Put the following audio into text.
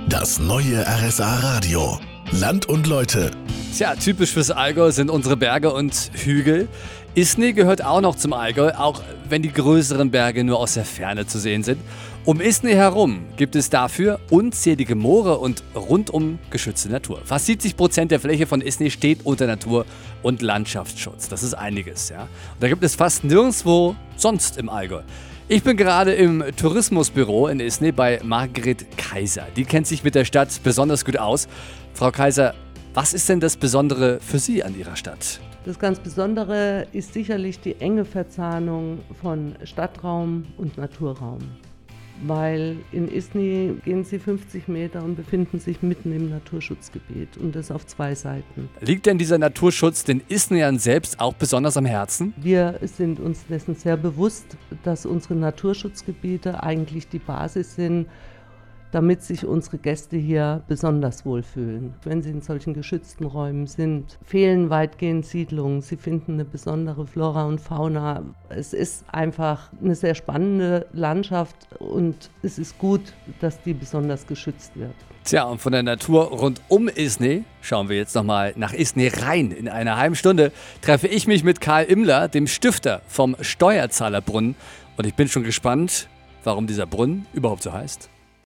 Das neue RSA Radio. Land und Leute. Tja, typisch fürs Allgäu sind unsere Berge und Hügel. Isny gehört auch noch zum Allgäu, auch wenn die größeren Berge nur aus der Ferne zu sehen sind. Um Isny herum gibt es dafür unzählige Moore und rundum geschützte Natur. Fast 70% der Fläche von Isny steht unter Natur- und Landschaftsschutz. Das ist einiges, ja. Und da gibt es fast nirgendwo sonst im Allgäu. Ich bin gerade im Tourismusbüro in Isny bei Margret Kaiser. Die kennt sich mit der Stadt besonders gut aus. Frau Kaiser, was ist denn das Besondere für Sie an Ihrer Stadt? Das ganz Besondere ist sicherlich die enge Verzahnung von Stadtraum und Naturraum. Weil in Isny gehen Sie 50 Meter und befinden sich mitten im Naturschutzgebiet und das auf 2 Seiten. Liegt denn dieser Naturschutz den Isnyern selbst auch besonders am Herzen? Wir sind uns dessen sehr bewusst, dass unsere Naturschutzgebiete eigentlich die Basis sind, damit sich unsere Gäste hier besonders wohlfühlen. Wenn sie in solchen geschützten Räumen sind, fehlen weitgehend Siedlungen. Sie finden eine besondere Flora und Fauna. Es ist einfach eine sehr spannende Landschaft und es ist gut, dass die besonders geschützt wird. Tja, und von der Natur rund um Isny schauen wir jetzt nochmal nach Isny rein. In einer halben Stunde treffe ich mich mit Karl Immler, dem Stifter vom Steuerzahlerbrunnen. Und ich bin schon gespannt, warum dieser Brunnen überhaupt so heißt.